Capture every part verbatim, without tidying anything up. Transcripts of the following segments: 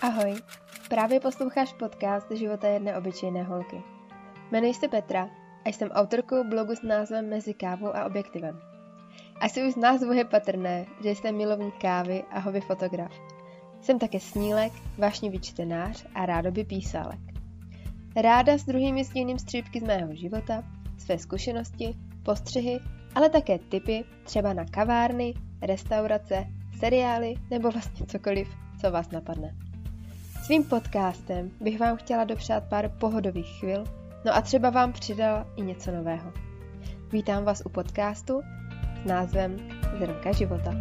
Ahoj, právě posloucháš podcast Života jedné obyčejné holky. Jmenuji se Petra a jsem autorkou blogu s názvem Mezi kávou a objektivem. Asi už z názvu je patrné, že jsem milovník kávy a hobby fotograf. Jsem také snílek, vášnivý čtenář a rádoby písálek. Ráda s druhými sdílím střípky z mého života, své zkušenosti, postřehy, ale také tipy třeba na kavárny, restaurace, seriály nebo vlastně cokoliv, co vás napadne. Svým podcastem bych vám chtěla dopřát pár pohodových chvil, no a třeba vám přidala i něco nového. Vítám vás u podcastu s názvem Zrnka života.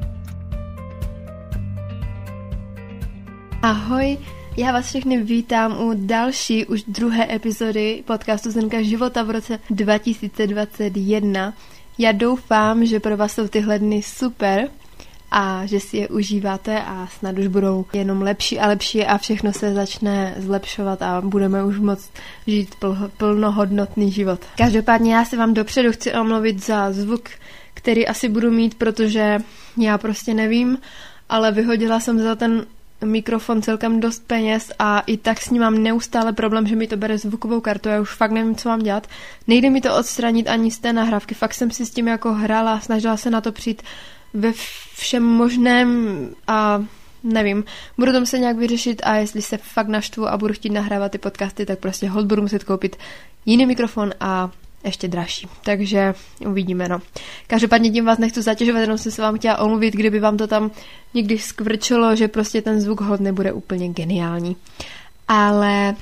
Ahoj, já vás všechny vítám u další, už druhé epizody podcastu Zrnka života v roce dva tisíce dvacet jedna. Já doufám, že pro vás jsou tyhle dny super a že si je užíváte a snad už budou jenom lepší a lepší a všechno se začne zlepšovat a budeme už moct žít pl- plnohodnotný život. Každopádně já se vám dopředu chci omluvit za zvuk, který asi budu mít, protože já prostě nevím, ale vyhodila jsem za ten mikrofon celkem dost peněz a i tak s ním mám neustále problém, že mi to bere zvukovou kartu, já už fakt nevím, co mám dělat. Nejde mi to odstranit ani z té nahrávky, fakt jsem si s tím jako hrála, snažila se na to přijít ve všem možném a nevím, budu to muset nějak vyřešit a jestli se fakt naštvu a budu chtít nahrávat ty podcasty, tak prostě hod budu muset koupit jiný mikrofon a ještě dražší, takže uvidíme, no. Každopádně tím vás nechci zatěžovat, jenom jsem se vám chtěla omluvit, kdyby vám to tam někdy skvrčelo, že prostě ten zvuk hod nebude úplně geniální. Ale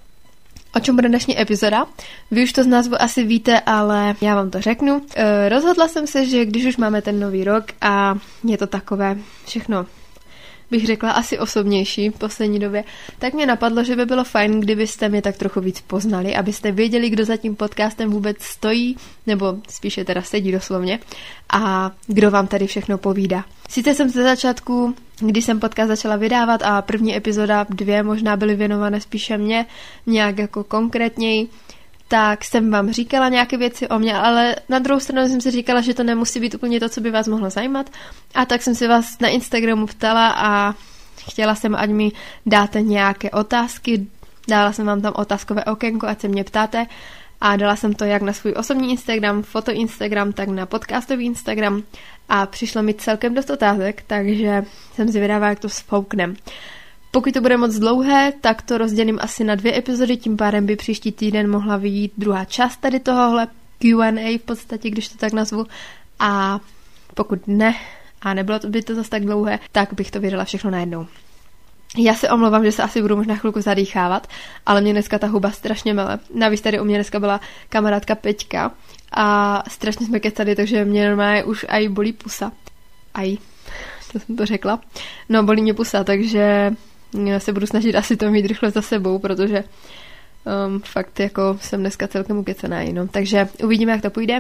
o čem bude dnešní epizoda? Vy už to z názvu asi víte, ale já vám to řeknu. E, rozhodla jsem se, že když už máme ten nový rok a je to takové všechno, bych řekla, asi osobnější v poslední době, tak mě napadlo, že by bylo fajn, kdybyste mě tak trochu víc poznali, abyste věděli, kdo za tím podcastem vůbec stojí, nebo spíše teda sedí doslovně, a kdo vám tady všechno povídá. Sice jsem ze začátku, když jsem podcast začala vydávat a první epizoda, dvě možná byly věnované spíše mně, nějak jako konkrétněji, tak jsem vám říkala nějaké věci o mě, ale na druhou stranu jsem si říkala, že to nemusí být úplně to, co by vás mohlo zajímat. A tak jsem si vás na Instagramu ptala a chtěla jsem, ať mi dáte nějaké otázky. Dala jsem vám tam otázkové okénko, ať se mě ptáte. A dala jsem to jak na svůj osobní Instagram, foto Instagram, tak na podcastový Instagram. A přišlo mi celkem dost otázek, takže jsem zvědavá, jak to spouknem. Pokud to bude moc dlouhé, tak to rozdělím asi na dvě epizody, tím pádem by příští týden mohla vyjít druhá část tady tohohle Q and A v podstatě, když to tak nazvu. A pokud ne, a nebylo to by to zase tak dlouhé, tak bych to vydala všechno najednou. Já se omlouvám, že se asi budu možná chvilku zadýchávat, ale mě dneska ta huba strašně mele. Navíc tady u mě dneska byla kamarádka Peťka a strašně jsme kecali, takže mě normálně už aj bolí pusa. Aj, to jsem to řekla. No, bolí mě pusa, takže já se budu snažit asi to mít rychle za sebou, protože um, fakt jako jsem dneska celkem ukecená jenom. Takže uvidíme, jak to půjde.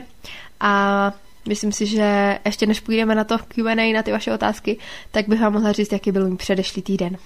A myslím si, že ještě než půjdeme na to Q and A, na ty vaše otázky, tak bych vám mohla říct, jaký byl můj předešlý týden.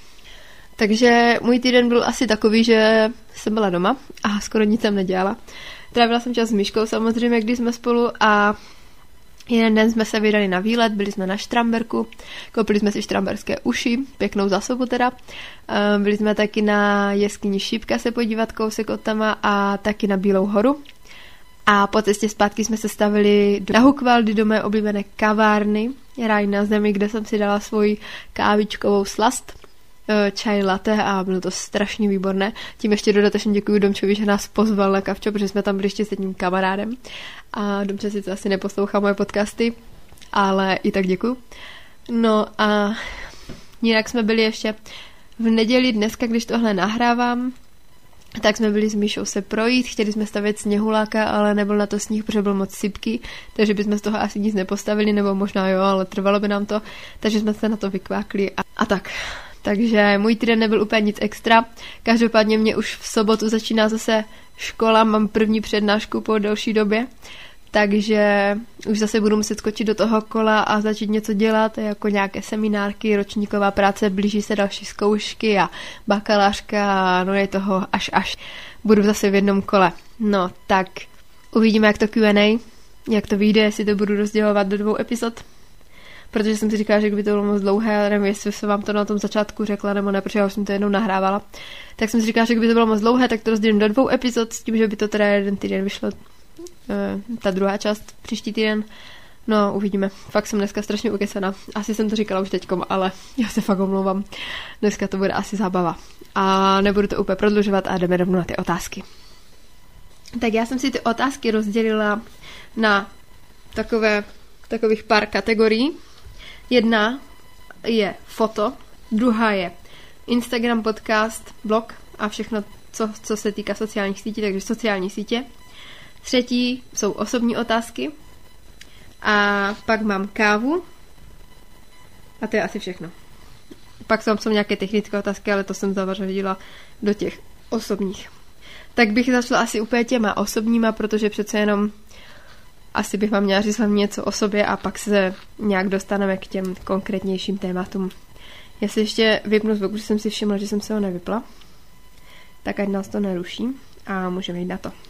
Takže můj týden byl asi takový, že jsem byla doma a skoro nic jsem nedělala. Trávila jsem čas s Myškou samozřejmě, když jsme spolu, a jeden den jsme se vydali na výlet, byli jsme na Štramberku, koupili jsme si štramberské uši, pěknou zásobu teda. Byli jsme taky na jeskyni Šípka se podívat kousek od tama a taky na Bílou horu. A po cestě zpátky jsme se stavili do Hukvaldy, do mé oblíbené kavárny, ráj na zemi, kde jsem si dala svoji kávičkovou slast, čaj latte, a bylo to strašně výborné. Tím ještě dodatečně děkuji Domčovi, že nás pozval na kavčo, protože jsme tam byli ještě s jedním kamarádem. A Domče sice asi neposlouchá moje podcasty, ale i tak děkuji. No a jinak jsme byli ještě v neděli dneska, když tohle nahrávám, tak jsme byli s Míšou se projít, chtěli jsme stavět sněhuláka, ale nebyl na to sníh, protože byl moc sypký, takže bychom z toho asi nic nepostavili, nebo možná jo, ale trvalo by nám to, takže jsme se na to vykvákli a, a tak. Takže můj týden nebyl úplně nic extra. Každopádně mě už v sobotu začíná zase škola, mám první přednášku po delší době, takže už zase budu muset skočit do toho kola a začít něco dělat, jako nějaké seminárky, ročníková práce, blíží se další zkoušky a bakalářka a no je toho až až. Budu zase v jednom kole. No, tak uvidíme, jak to Q and A, jak to vyjde, jestli to budu rozdělovat do dvou epizod. protože jsem si říkala, že kdyby to bylo moc dlouhé, ale nevím, jestli jsem vám to na tom začátku řekla, nebo ne, protože já už jsem to jednou nahrávala, tak jsem si říkala, že kdyby to bylo moc dlouhé, tak to rozdělím do dvou epizod s tím, že by to teda jeden týden vyšlo, uh, ta druhá část příští týden. No, uvidíme. Fakt jsem dneska strašně ukesaná. Asi jsem to říkala už teďkom, ale já se fakt omlouvám. Dneska to bude asi zábava. A nebudu to úplně prodlužovat a jdeme rovnou na ty otázky. Tak já jsem si ty otázky rozdělila na takové, takových pár kategorií. Jedna je foto, druhá je Instagram, podcast, blog a všechno, co, co se týká sociálních sítí, takže sociální sítě. Třetí jsou osobní otázky. A pak mám kávu. A to je asi všechno. Pak jsou, jsou nějaké technické otázky, ale to jsem zavařadila do těch osobních. Tak bych začala asi úplně těma osobníma, protože přece jenom asi bych vám měla říct hlavně něco o sobě a pak se nějak dostaneme k těm konkrétnějším tématům. Já si ještě vypnu zvuk, protože jsem si všimla, že jsem se ho nevypla. Tak ať nás to neruší a můžeme jít na to.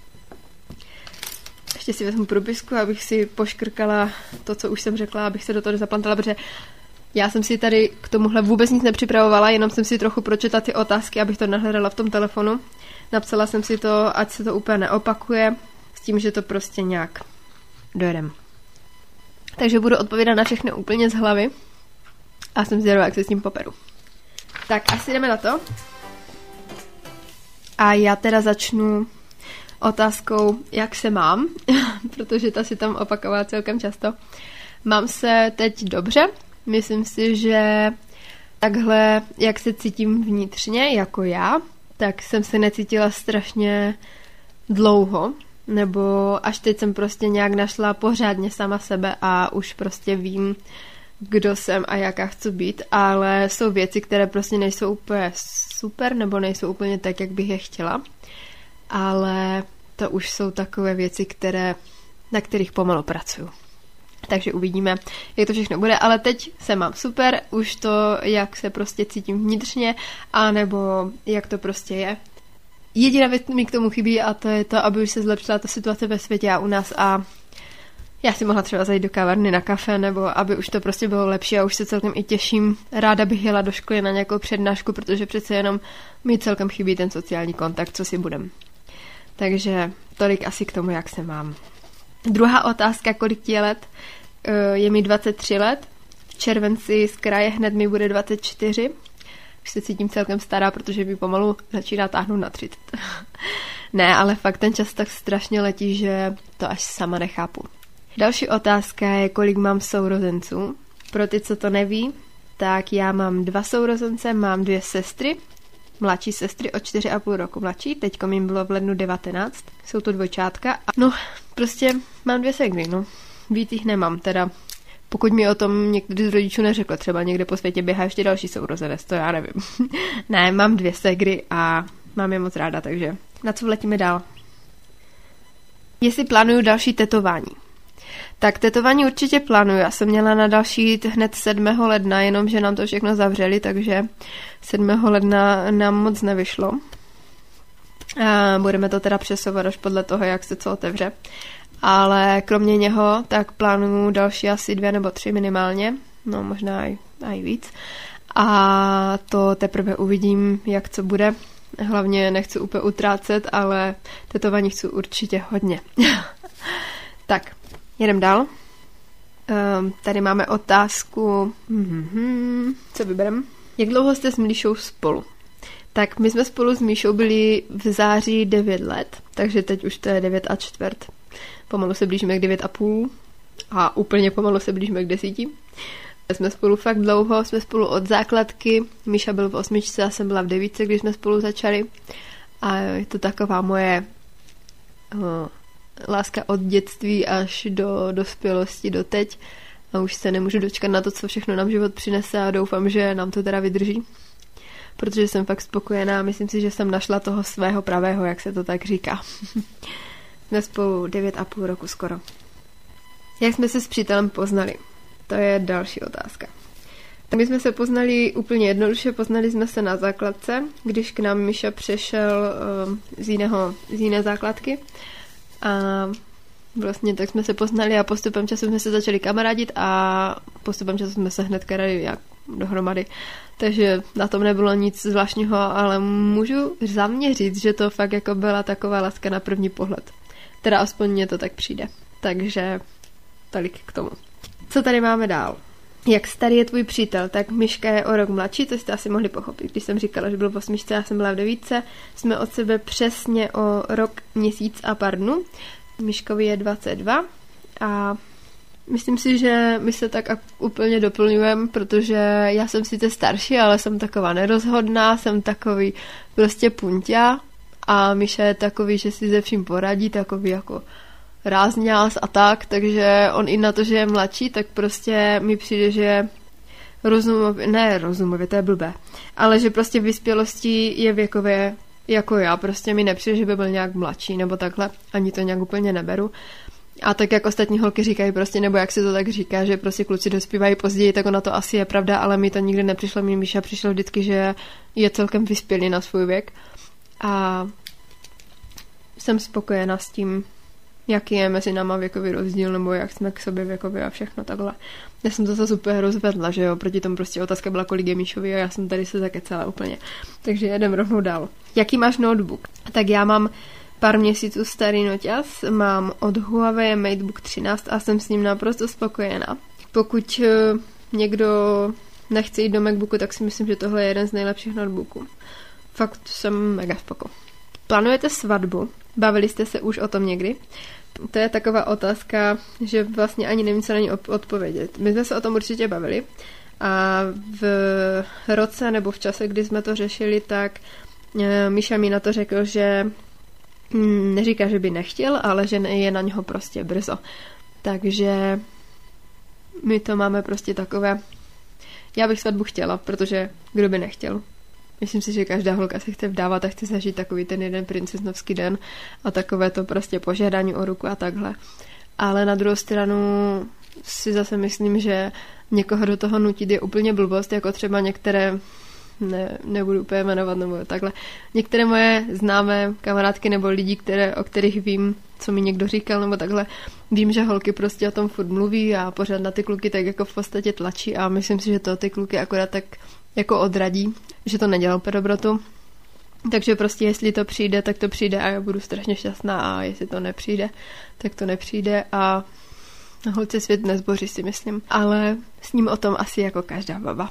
Ještě si vezmu propisku, abych si poškrkala to, co už jsem řekla, abych se do toho zaplantala, protože já jsem si tady k tomuhle vůbec nic nepřipravovala, jenom jsem si trochu pročetla ty otázky, abych to nahledala v tom telefonu. Napsala jsem si to, ať se to úplně neopakuje, s tím, že to prostě nějak dojedem. Takže budu odpovídat na všechny úplně z hlavy a jsem zvědavá, jak se s tím poperu. Tak asi jdeme na to. A já teda začnu otázkou, jak se mám, protože ta si tam opakovala celkem často. Mám se teď dobře, myslím si, že takhle, jak se cítím vnitřně, jako já, tak jsem se necítila strašně dlouho, nebo až teď jsem prostě nějak našla pořádně sama sebe a už prostě vím, kdo jsem a jaká chci být, ale jsou věci, které prostě nejsou úplně super, nebo nejsou úplně tak, jak bych je chtěla. Ale to už jsou takové věci, které, na kterých pomalu pracuju. Takže uvidíme, jak to všechno bude, ale teď se mám super, už to, jak se prostě cítím vnitřně, anebo jak to prostě je. Jediná věc mi k tomu chybí a to je to, aby už se zlepšila ta situace ve světě a u nás a já si mohla třeba zajít do kavárny na kafe, nebo aby už to prostě bylo lepší a už se celkem i těším. Ráda bych jela do školy na nějakou přednášku, protože přece jenom mi celkem chybí ten sociální kontakt, co si budem. Takže tolik asi k tomu, jak se mám. Druhá otázka, kolik ti je let? Je mi dvacet tři let. V červenci z kraje hned mi bude dvacet čtyři. Už se cítím celkem stará, protože mi pomalu začíná táhnout na třicet. Ne, ale fakt ten čas tak strašně letí, že to až sama nechápu. Další otázka je, kolik mám sourozenců. Pro ty, co to neví, tak já mám dva sourozence, mám dvě sestry, mladší sestry o čtyři a půl roku mladší, teďko jim bylo v lednu devatenáct, jsou to dvojčátka. A no, prostě mám dvě segry, no. Víc jich nemám, teda pokud mi o tom někdy z rodičů neřekl, třeba někde po světě běhá ještě další sourozenec, to já nevím. Ne, mám dvě segry a mám je moc ráda, takže na co vletíme dál? Jestli plánuju další tetování. Tak tetování určitě plánuju. Já jsem měla na další hned sedmého ledna, jenomže nám to všechno zavřeli, takže sedmého ledna nám moc nevyšlo. A budeme to teda přesouvat až podle toho, jak se co otevře. Ale kromě něho, tak plánuju další asi dvě nebo tři minimálně, no možná i, i víc. A to teprve uvidím, jak co bude. Hlavně nechci úplně utrácet, ale tetování chci určitě hodně. Tak, jedem dál. Um, tady máme otázku, hmm, co vyberem? Jak dlouho jste s Míšou spolu? Tak my jsme spolu s Míšou byli v září devět let, takže teď už to je devět a čtvrt. Pomalu se blížíme k devět a půl a úplně pomalu se blížíme k desíti. Jsme spolu fakt dlouho, jsme spolu od základky. Míša byl v osmičce, já jsem byla v devíce, když jsme spolu začali. A je to taková moje uh, láska od dětství až do dospělosti, do teď. A už se nemůžu dočkat na to, co všechno nám život přinese a doufám, že nám to teda vydrží. Protože jsem fakt spokojená a myslím si, že jsem našla toho svého pravého, jak se to tak říká. Jsme spolu devět a půl roku skoro. Jak jsme se s přítelem poznali? To je další otázka. My jsme se poznali úplně jednoduše, poznali jsme se na základce, když k nám Míša přešel uh, z, jiného, z jiné základky. A Vlastně tak jsme se poznali a postupem času jsme se začali kamarádit a postupem času jsme se hned dali jak dohromady. Takže na tom nebylo nic zvláštního, ale můžu za mě říct, že to fakt jako byla taková láska na první pohled. Teda aspoň mně to tak přijde. Takže tolik k tomu. Co tady máme dál? Jak starý je tvůj přítel? Tak Miška je o rok mladší, to jste asi mohli pochopit. Když jsem říkala, že byl v osmičce, já jsem byla v devítce. Jsme od sebe přesně o rok, měsíc a pár dnů. Miškovi je dvacet dva a myslím si, že my se tak úplně doplňujeme, protože já jsem sice starší, ale jsem taková nerozhodná, jsem takový prostě punťa a Miša je takový, že si ze vším poradí, takový jako rázňás a tak, takže on i na to, že je mladší, tak prostě mi přijde, že rozumově, ne rozumově, to je blbé, ale že prostě v vyspělosti je věkově jako já, prostě mi nepřijde, že by byl nějak mladší nebo takhle, ani to nějak úplně neberu. A tak jak ostatní holky říkají prostě, nebo jak se to tak říká, že prostě kluci dospívají později, tak ona to asi je pravda, ale mi to nikdy nepřišlo, mi Míša přišlo vždycky, že je celkem vyspělý na svůj věk. A jsem spokojená s tím, jaký je mezi náma věkový rozdíl, nebo jak jsme k sobě věkově a všechno takhle. Já jsem to zase úplně rozvedla, že jo, proti tomu prostě otázka byla, kolik je Míšovi a já jsem tady se zakecala úplně. Takže jedem rovnou dál. Jaký máš notebook? Tak já mám pár měsíců starý noťaz, mám od Huawei MateBook třináct a jsem s ním naprosto spokojená. Pokud někdo nechce jít do MacBooku, tak si myslím, že tohle je jeden z nejlepších notebooků. Fakt jsem mega spoko. Plánujete svatbu? Bavili jste se už o tom někdy? To je taková otázka, že vlastně ani nevím, co na ní odpovědět. My jsme se o tom určitě bavili a v roce nebo v čase, kdy jsme to řešili, tak Míša mi na to řekl, že neříká, že by nechtěl, ale že je na něho prostě brzo. Takže my to máme prostě takové. Já bych svatbu chtěla, protože kdo by nechtěl. Myslím si, že každá holka se chce vdávat a chce zažít takový ten jeden princeznovský den a takové to prostě požádání o ruku a takhle. Ale na druhou stranu si zase myslím, že někoho do toho nutit je úplně blbost, jako třeba některé, ne, nebudu úplně jmenovat nebo takhle, některé moje známé kamarádky nebo lidi, které, o kterých vím, co mi někdo říkal nebo takhle, vím, že holky prostě o tom furt mluví a pořád na ty kluky tak jako v podstatě tlačí a myslím si, že to ty kluky akorát tak jako odradí, že to nedělal pro dobrotu. Takže prostě jestli to přijde, tak to přijde a já budu strašně šťastná a jestli to nepřijde, tak to nepřijde a holce svět nezboří, si myslím. Ale s ním o tom asi jako každá baba.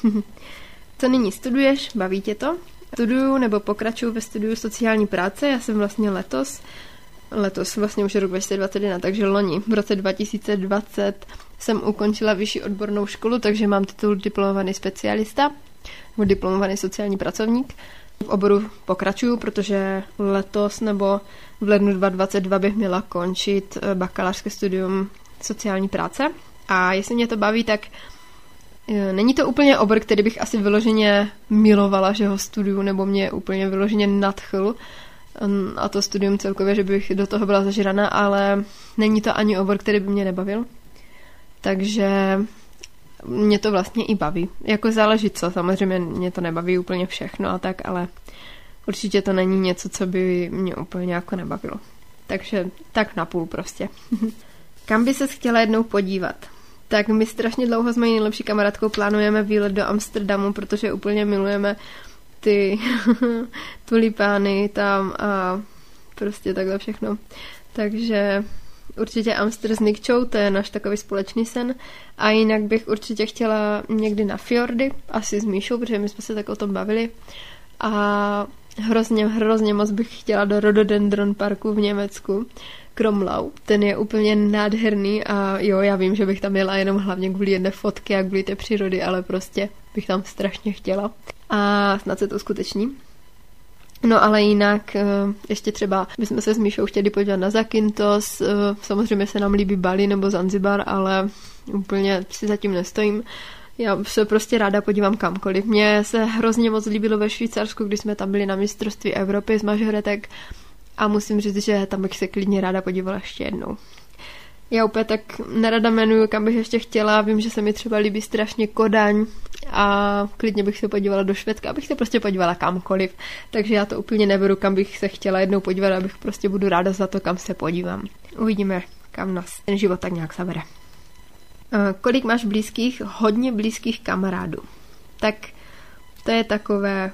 Co nyní studuješ? Baví tě to? Studuju nebo pokračuju ve studiu sociální práce. Já jsem vlastně letos, letos vlastně už rok dva tisíce dvacet jedna, takže loni, v roce dva tisíce dvacet jsem ukončila vyšší odbornou školu, takže mám titul diplomovaný specialista nebo diplomovaný sociální pracovník. V oboru pokračuju, protože letos nebo v lednu dva tisíce dvacet dva bych měla končit bakalářské studium sociální práce. A jestli mě to baví, tak není to úplně obor, který bych asi vyloženě milovala, že ho studuju, nebo mě úplně vyloženě nadchl. A to studium celkově, že bych do toho byla zažraná, ale není to ani obor, který by mě nebavil. Takže mě to vlastně i baví. Jako záleží co, samozřejmě mě to nebaví úplně všechno a tak, ale určitě to není něco, co by mě úplně jako nebavilo. Takže tak napůl prostě. Kam by ses chtěla jednou podívat? Tak my strašně dlouho s mojí nejlepší kamarádkou plánujeme výlet do Amsterdamu, protože úplně milujeme ty tulipány tam a prostě takhle všechno. Takže určitě Amster s Nikčou, to je náš takový společný sen. A jinak bych určitě chtěla někdy na fjordy, asi s Míšou, protože my jsme se tak o tom bavili. A hrozně, hrozně moc bych chtěla do Rhododendron parku v Německu. Kromlau, ten je úplně nádherný a jo, já vím, že bych tam jela jenom hlavně kvůli jedné fotky a kvůli té přírody, ale prostě bych tam strašně chtěla. A snad se to uskuteční. No ale jinak ještě třeba bychom se s Míšou chtěli podívat na Zakynthos, samozřejmě se nám líbí Bali nebo Zanzibar, ale úplně si zatím nestojím. Já se prostě ráda podívám kamkoliv. Mně se hrozně moc líbilo ve Švýcarsku, když jsme tam byli na mistrovství Evropy z mažoretek a musím říct, že tam bych se klidně ráda podívala ještě jednou. Já úplně tak nerada jmenuju, kam bych ještě chtěla. Vím, že se mi třeba líbí strašně Kodaň a klidně bych se podívala do Švédska, abych se prostě podívala kamkoliv. Takže já to úplně neberu, kam bych se chtěla jednou podívat, abych prostě budu ráda za to, kam se podívám. Uvidíme, kam nás ten život tak nějak zabere. Kolik máš blízkých? Hodně blízkých kamarádů. Tak to je takové,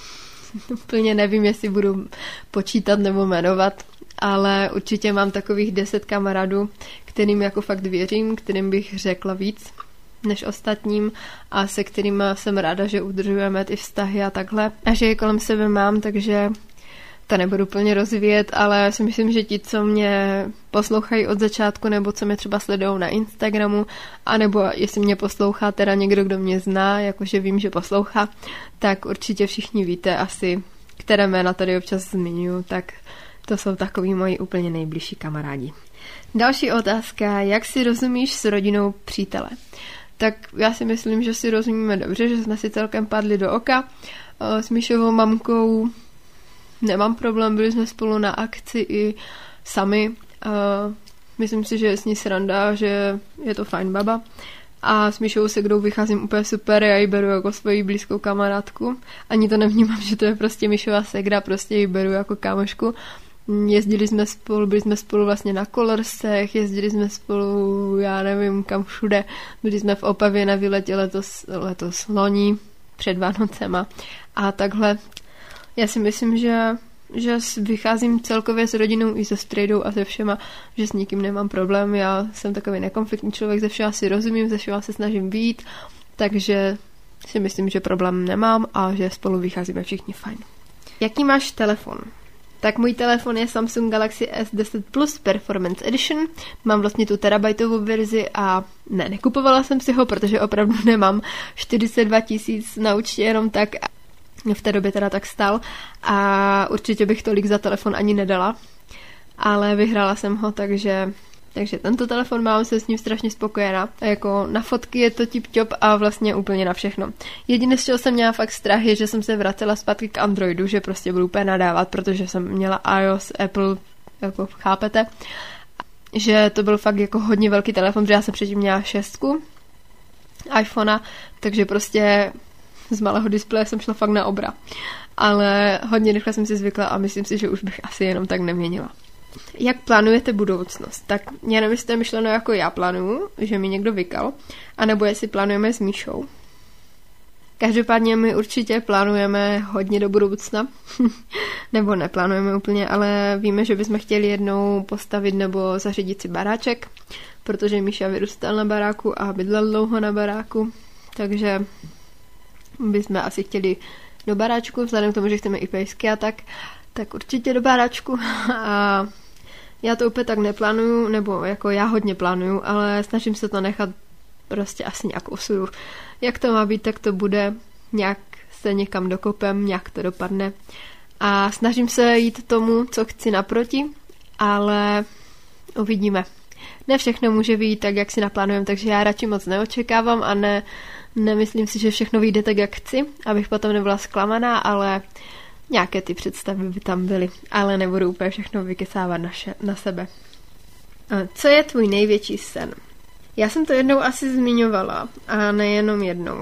úplně nevím, jestli budu počítat nebo jmenovat, ale určitě mám takových deset kamarádů, kterým jako fakt věřím, kterým bych řekla víc než ostatním a se kterými jsem ráda, že udržujeme ty vztahy a takhle. A že je kolem sebe mám, takže to nebudu plně rozvíjet, ale já si myslím, že ti, co mě poslouchají od začátku, nebo co mě třeba sledují na Instagramu, anebo jestli mě poslouchá teda někdo, kdo mě zná, jakože vím, že poslouchá, tak určitě všichni víte asi, které jména tady občas zmiňuji, tak to jsou takový moji úplně nejbližší kamarádi. Další otázka, jak si rozumíš s rodinou přítele? Tak já si myslím, že si rozumíme dobře, že jsme si celkem padli do oka. S Míšovou mamkou nemám problém, byli jsme spolu na akci i sami. Myslím si, že je s ní sranda, že je to fajn baba. A s Míšou, se kdou vycházím úplně super, já ji beru jako svoji blízkou kamarádku. Ani to nevnímám, že to je prostě Míšova segra, prostě ji beru jako kámošku. Jezdili jsme spolu, byli jsme spolu vlastně na Colorsech, jezdili jsme spolu, já nevím kam všude, byli jsme v Opavě na výletě letos, letos loni, před Vánocema a takhle. Já si myslím, že, že vycházím celkově s rodinou i se strejdou a se všema, že s nikým nemám problém, já jsem takový nekonfliktní člověk, ze všema si rozumím, ze všema se snažím vyjít, takže si myslím, že problém nemám a že spolu vycházíme všichni fajn. Jaký máš telefon? Tak můj telefon je Samsung Galaxy S deset Plus Performance Edition. Mám vlastně tu terabajtovou verzi a ne, nekupovala jsem si ho, protože opravdu nemám čtyřicet dva tisíc na účtě jenom tak. V té době teda tak stál a určitě bych tolik za telefon ani nedala. Ale vyhrála jsem ho, takže, takže tento telefon mám, se s ním strašně spokojená. A jako na fotky je to tip-top a vlastně úplně na všechno. Jediné, z čeho jsem měla fakt strach, je, že jsem se vracela zpátky k Androidu, že prostě budu úplně nadávat, protože jsem měla iOS, Apple, jako chápete, že to byl fakt jako hodně velký telefon, protože já jsem předtím měla šestku iPhonea, takže prostě z malého displeje jsem šla fakt na obra. Ale hodně rychle jsem si zvykla a myslím si, že už bych asi jenom tak neměnila. Jak plánujete budoucnost? Tak já nevím, jestli to je myšleno jako já plánuju, že mi někdo vykal, anebo jestli plánujeme s Míšou. Každopádně my určitě plánujeme hodně do budoucna, nebo neplánujeme úplně, ale víme, že bychom chtěli jednou postavit nebo zařídit si baráček, protože Míša vyrůstal na baráku a bydlel dlouho na baráku, takže bychom asi chtěli do baráčku, vzhledem k tomu, že chceme i pejsky a tak, tak určitě do baráčku. A já to úplně tak neplánuju, nebo jako já hodně plánuju, ale snažím se to nechat prostě asi nějak osudu. Jak to má být, tak to bude, nějak se někam dokopem, nějak to dopadne. A snažím se jít tomu, co chci naproti, ale uvidíme. Ne všechno může vyjít tak, jak si naplánujeme, takže já radši moc neočekávám a ne, nemyslím si, že všechno vyjde tak, jak chci, abych potom nebyla zklamaná, ale nějaké ty představy by tam byly, ale nebudu úplně všechno vykesávat na, še- na sebe. Co je tvůj největší sen? Já jsem to jednou asi zmiňovala a nejenom jednou.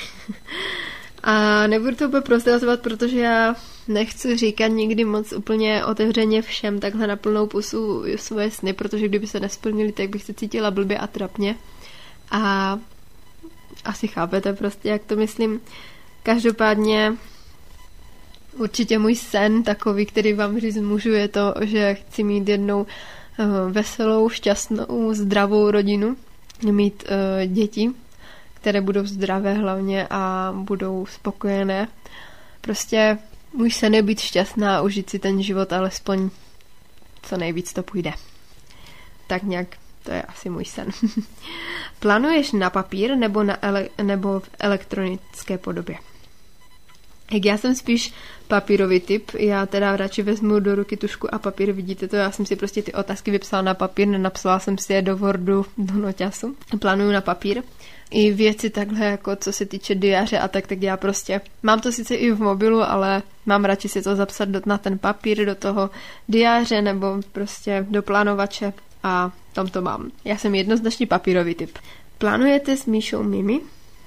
A nebudu to úplně prozrazovat, protože já nechci říkat nikdy moc úplně otevřeně všem takhle na plnou pusu svoje sny, protože kdyby se nesplnili, tak bych se cítila blbě a trapně. A asi chápete prostě, jak to myslím. Každopádně určitě můj sen, takový, který vám říct můžu, je to, že chci mít jednou veselou, šťastnou, zdravou rodinu, mít uh, děti, které budou zdravé hlavně a budou spokojené. Prostě můj sen je být šťastná a užít si ten život alespoň co nejvíc to půjde. Tak nějak to je asi můj sen. Plánuješ na papír nebo, na ele- nebo v elektronické podobě? Jak já jsem spíš papírový typ, já teda radši vezmu do ruky tušku a papír, vidíte to, já jsem si prostě ty otázky vypsala na papír, nenapsala jsem si je do Wordu, do noťasu. Plánuju na papír. I věci takhle, jako co se týče diáře a tak, tak já prostě mám to sice i v mobilu, ale mám radši si to zapsat do, na ten papír, do toho diáře nebo prostě do plánovače a tam to mám. Já jsem jednoznačně papírový typ. Plánujete s Míšou Mimi?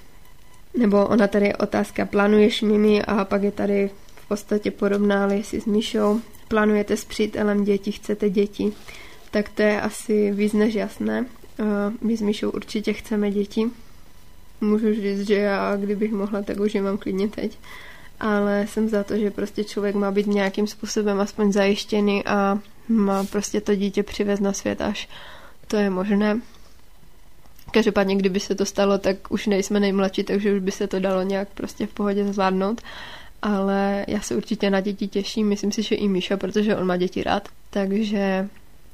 Nebo ona tady je otázka, plánuješ Mimi a pak je tady v podstatě podobná, jestli s Míšou. Plánujete s přítelem děti, chcete děti? Tak to je asi víc než jasné. My s Míšou určitě chceme děti. Můžu říct, že já, kdybych mohla, tak už je mám klidně teď. Ale jsem za to, že prostě člověk má být nějakým způsobem aspoň zajištěný a má prostě to dítě přivést na svět, až to je možné. Každopádně, kdyby se to stalo, tak už nejsme nejmladší, takže už by se to dalo nějak prostě v pohodě zvládnout. Ale já se určitě na děti těším, myslím si, že i Míša, protože on má děti rád. Takže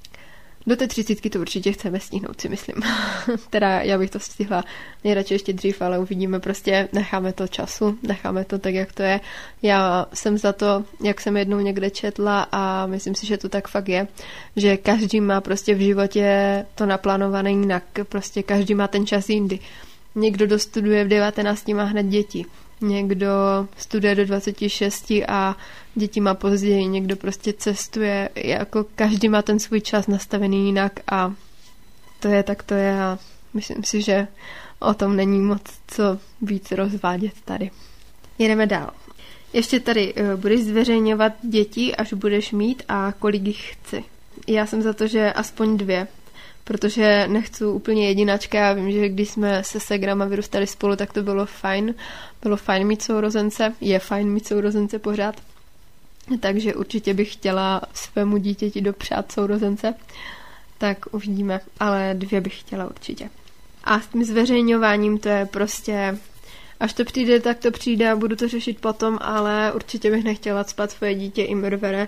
do té třicítky to určitě chceme stihnout, si myslím. Teda já bych to stihla nejradši ještě dřív, ale uvidíme, prostě necháme to času, necháme to tak, jak to je. Já jsem za to, jak jsem jednou někde četla a myslím si, že to tak fakt je, že každý má prostě v životě to naplánované jinak, prostě každý má ten čas jindy. Někdo dostuduje v devatenácti má hned děti. Někdo studuje do dvaceti šesti a děti má později, někdo prostě cestuje, jako každý má ten svůj čas nastavený jinak a to je tak to je a myslím si, že o tom není moc co víc rozvádět tady. Jedeme dál. Ještě tady uh, budeš zveřejňovat děti, až budeš mít a kolik jich chci. Já jsem za to, že aspoň dvě, protože nechci úplně jedinačka. Já vím, že když jsme se segrama vyrůstali spolu, tak to bylo fajn. Bylo fajn mít sourozence, je fajn mít sourozence pořád. Takže určitě bych chtěla svému dítěti dopřát sourozence. Tak uvidíme, ale dvě bych chtěla určitě. A s tím zveřejňováním to je prostě, až to přijde, tak to přijde a budu to řešit potom, ale určitě bych nechtěla cpat svoje dítě i mrvere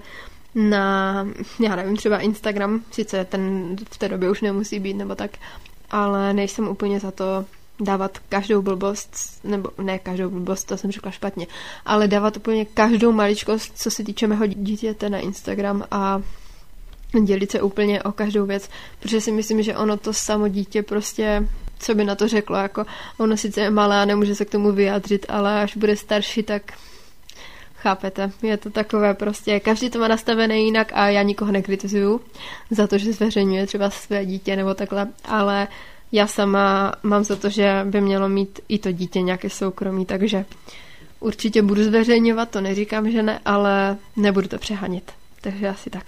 na, já nevím, třeba Instagram, sice ten v té době už nemusí být, nebo tak, ale nejsem úplně za to dávat každou blbost, nebo ne každou blbost, to jsem řekla špatně, ale dávat úplně každou maličkost, co se týče mého dítěte na Instagram a dělit se úplně o každou věc, protože si myslím, že ono to samo dítě prostě, co by na to řeklo, jako ono sice je malé a nemůže se k tomu vyjádřit, ale až bude starší, tak chápete, je to takové prostě, každý to má nastavené jinak a já nikoho nekritizuju za to, že zveřejňuje třeba své dítě nebo takhle, ale já sama mám za to, že by mělo mít i to dítě nějaké soukromí, takže určitě budu zveřejňovat, to neříkám, že ne, ale nebudu to přehanit, takže asi tak.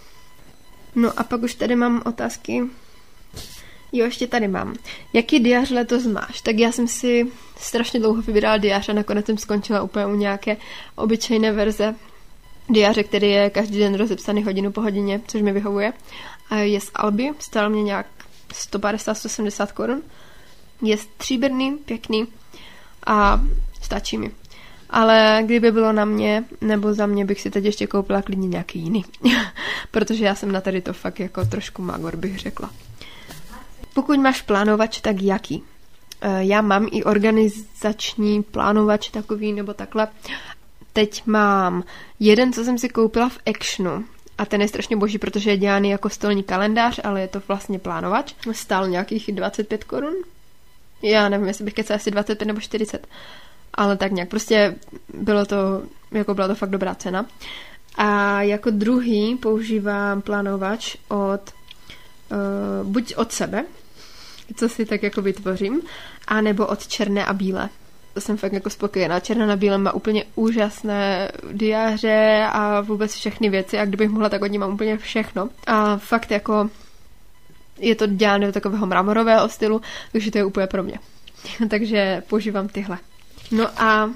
No a pak už tady mám otázky. Jo, ještě tady mám. Jaký diář letos máš? Tak já jsem si strašně dlouho vybírala diář a nakonec jsem skončila úplně u nějaké obyčejné verze diáře, který je každý den rozepsaný hodinu po hodině, což mi vyhovuje. A je z Alby, stál mě nějak sto padesát až sto sedmdesát korun. Je stříbrný, pěkný a stačí mi. Ale kdyby bylo na mě, nebo za mě, bych si teď ještě koupila klidně nějaký jiný. Protože já jsem na tady to fakt jako trošku magor, bych řekla. Pokud máš plánovač, tak jaký? Já mám i organizační plánovač takový, nebo takhle. Teď mám jeden, co jsem si koupila v Actionu. A ten je strašně boží, protože je dělaný jako stolní kalendář, ale je to vlastně plánovač. Stál nějakých dvacet pět korun. Já nevím, jestli bych kecala asi dvacet pět nebo čtyřicet. Ale tak nějak, prostě bylo to, jako byla to fakt dobrá cena. A jako druhý používám plánovač od, uh, buď od sebe, co si tak jako vytvořím, anebo od Černé a bílé. To jsem fakt jako spokojená. Černá na bílém má úplně úžasné diáře a vůbec všechny věci a kdybych mohla, tak od ní mám úplně všechno. A fakt jako je to dělané do takového mramorového stylu, takže to je úplně pro mě. Takže používám tyhle. No a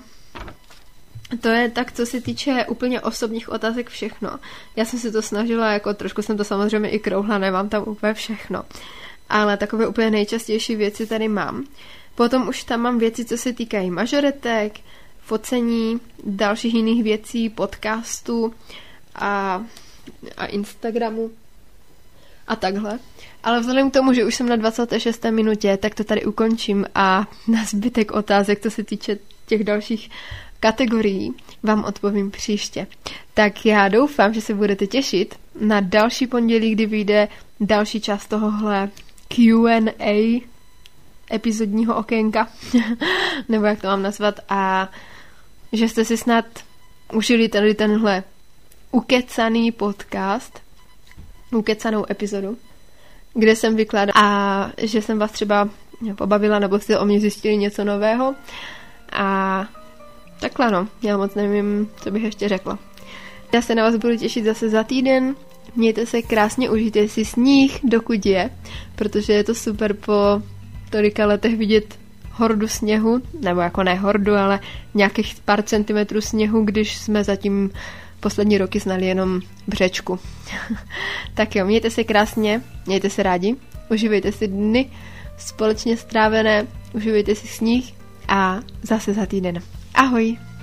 to je tak, co se týče úplně osobních otázek všechno. Já jsem si to snažila, jako trošku jsem to samozřejmě i krouhla, nemám tam úplně všechno. Ale takové úplně nejčastější věci tady mám. Potom už tam mám věci, co se týkají mažoretek, focení, dalších jiných věcí, podcastů a, a Instagramu a takhle. Ale vzhledem k tomu, že už jsem na dvacáté šesté minutě, tak to tady ukončím a na zbytek otázek, co se týče těch dalších kategorií, vám odpovím příště. Tak já doufám, že se budete těšit na další pondělí, kdy vyjde další část tohohle Q and A epizodního okénka, nebo jak to mám nazvat, a že jste si snad užili tady tenhle ukecaný podcast, ukecanou epizodu. kde jsem vykládala a že jsem vás třeba pobavila nebo jste o mě zjistili něco nového. A takhle no, já moc nevím, co bych ještě řekla. Já se na vás budu těšit zase za týden. Mějte se krásně, užijte si sníh, dokud je, protože je to super po tolika letech vidět hordu sněhu, nebo jako ne hordu, ale nějakých pár centimetrů sněhu, když jsme zatím poslední roky znali jenom břečku. Tak jo, mějte se krásně, mějte se rádi, užívejte si dny společně strávené, užívejte si sníh a zase za týden. Ahoj!